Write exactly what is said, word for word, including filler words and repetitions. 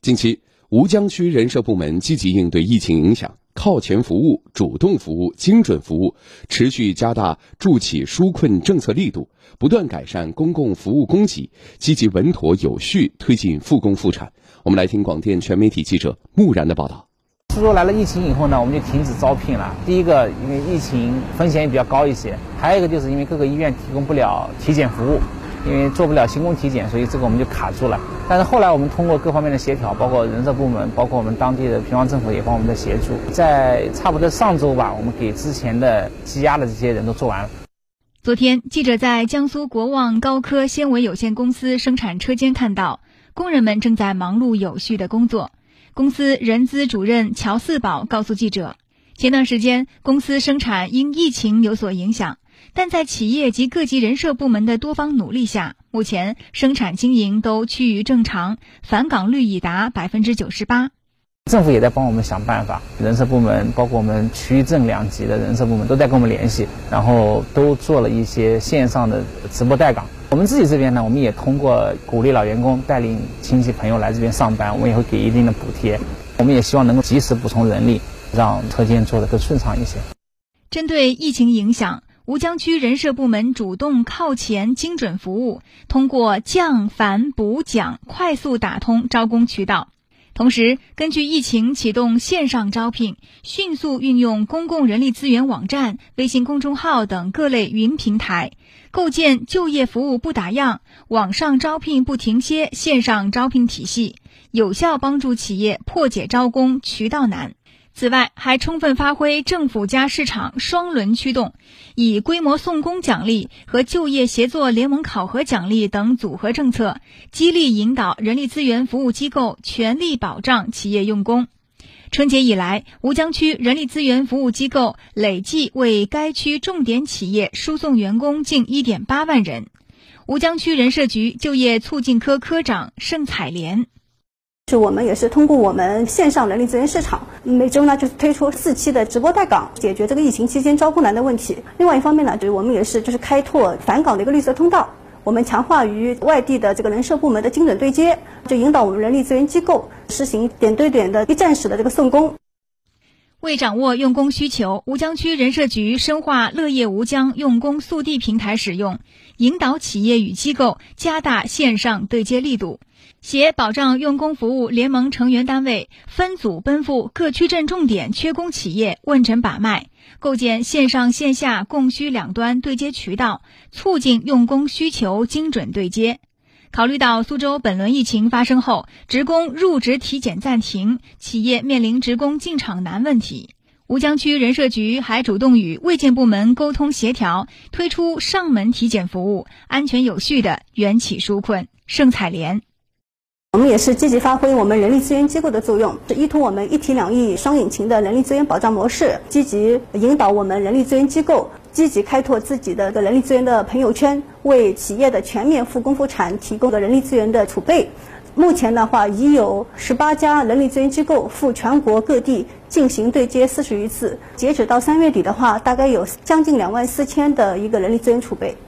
近期，吴江区人社部门积极应对疫情影响，靠前服务、主动服务、精准服务，持续加大助企纾困政策力度，不断改善公共服务供给，积极稳妥有序推进复工复产。我们来听广电全媒体记者木然的报道。 苏州来了疫情以后呢，我们就停止招聘了。第一个，因为疫情风险也比较高一些；还有一个，就是因为各个医院提供不了体检服务。因为做不了新工体检，所以这个我们就卡住了。但是后来我们通过各方面的协调，包括人社部门，包括我们当地的平房政府也帮我们的协助，在差不多上周吧，我们给之前的积压的这些人都做完了。 昨天，记者在江苏国旺高科纤维有限公司生产车间看到，工人们正在忙碌有序的工作。公司人资主任乔四宝告诉记者，前段时间公司生产因疫情有所影响，但在企业及各级人社部门的多方努力下，目前生产经营都趋于正常，返岗率已达百分之九十八。 政府也在帮我们想办法，人社部门包括我们区镇两级的人社部门都在跟我们联系，然后都做了一些线上的直播带岗。我们自己这边呢，我们也通过鼓励老员工带领亲戚朋友来这边上班，我们也会给一定的补贴。我们也希望能够及时补充人力，让车间做得更顺畅一些。 针对疫情影响，吴江区人社部门主动靠前精准服务，通过降返补奖快速打通招工渠道。同时，根据疫情启动线上招聘，迅速运用公共人力资源网站、微信公众号等各类云平台，构建就业服务不打烊、网上招聘不停歇线上招聘体系，有效帮助企业破解招工渠道难。此外，还充分发挥政府加市场双轮驱动，以规模送工奖励和就业协作联盟考核奖励等组合政策，激励引导人力资源服务机构全力保障企业用工。春节以来，吴江区人力资源服务机构累计为该区重点企业输送员工近 一点八万人。吴江区人社局就业促进科科长盛彩莲。 是我们也是通过我们线上人力资源市场，每周呢就是推出四期的直播带岗，解决这个疫情期间招工难的问题。另外一方面呢，就是我们也是就是开拓返岗的一个绿色通道，我们强化与外地的这个人社部门的精准对接，就引导我们人力资源机构实行点对点的一站式的这个送工。 为掌握用工需求，吴江区人社局深化乐业吴江用工速递平台使用，引导企业与机构加大线上对接力度，携保障用工服务联盟成员单位分组奔赴各区镇重点缺工企业问诊把脉，构建线上线下供需两端对接渠道，促进用工需求精准对接。考虑到苏州本轮疫情发生后，职工入职体检暂停，企业面临职工进厂难问题，吴江区人社局还主动与卫健部门沟通协调，推出上门体检服务，安全有序的援企纾困。盛彩莲。 我们也是积极发挥我们人力资源机构的作用，是依托我们一体两翼双引擎的人力资源保障模式，积极引导我们人力资源机构积极开拓自己的人力资源的朋友圈，为企业的全面复工复产提供了人力资源的储备。目前的话，已有十八家人力资源机构赴全国各地进行对接四十余次，截止到三月底的话，大概有将近两万四千的一个人力资源储备。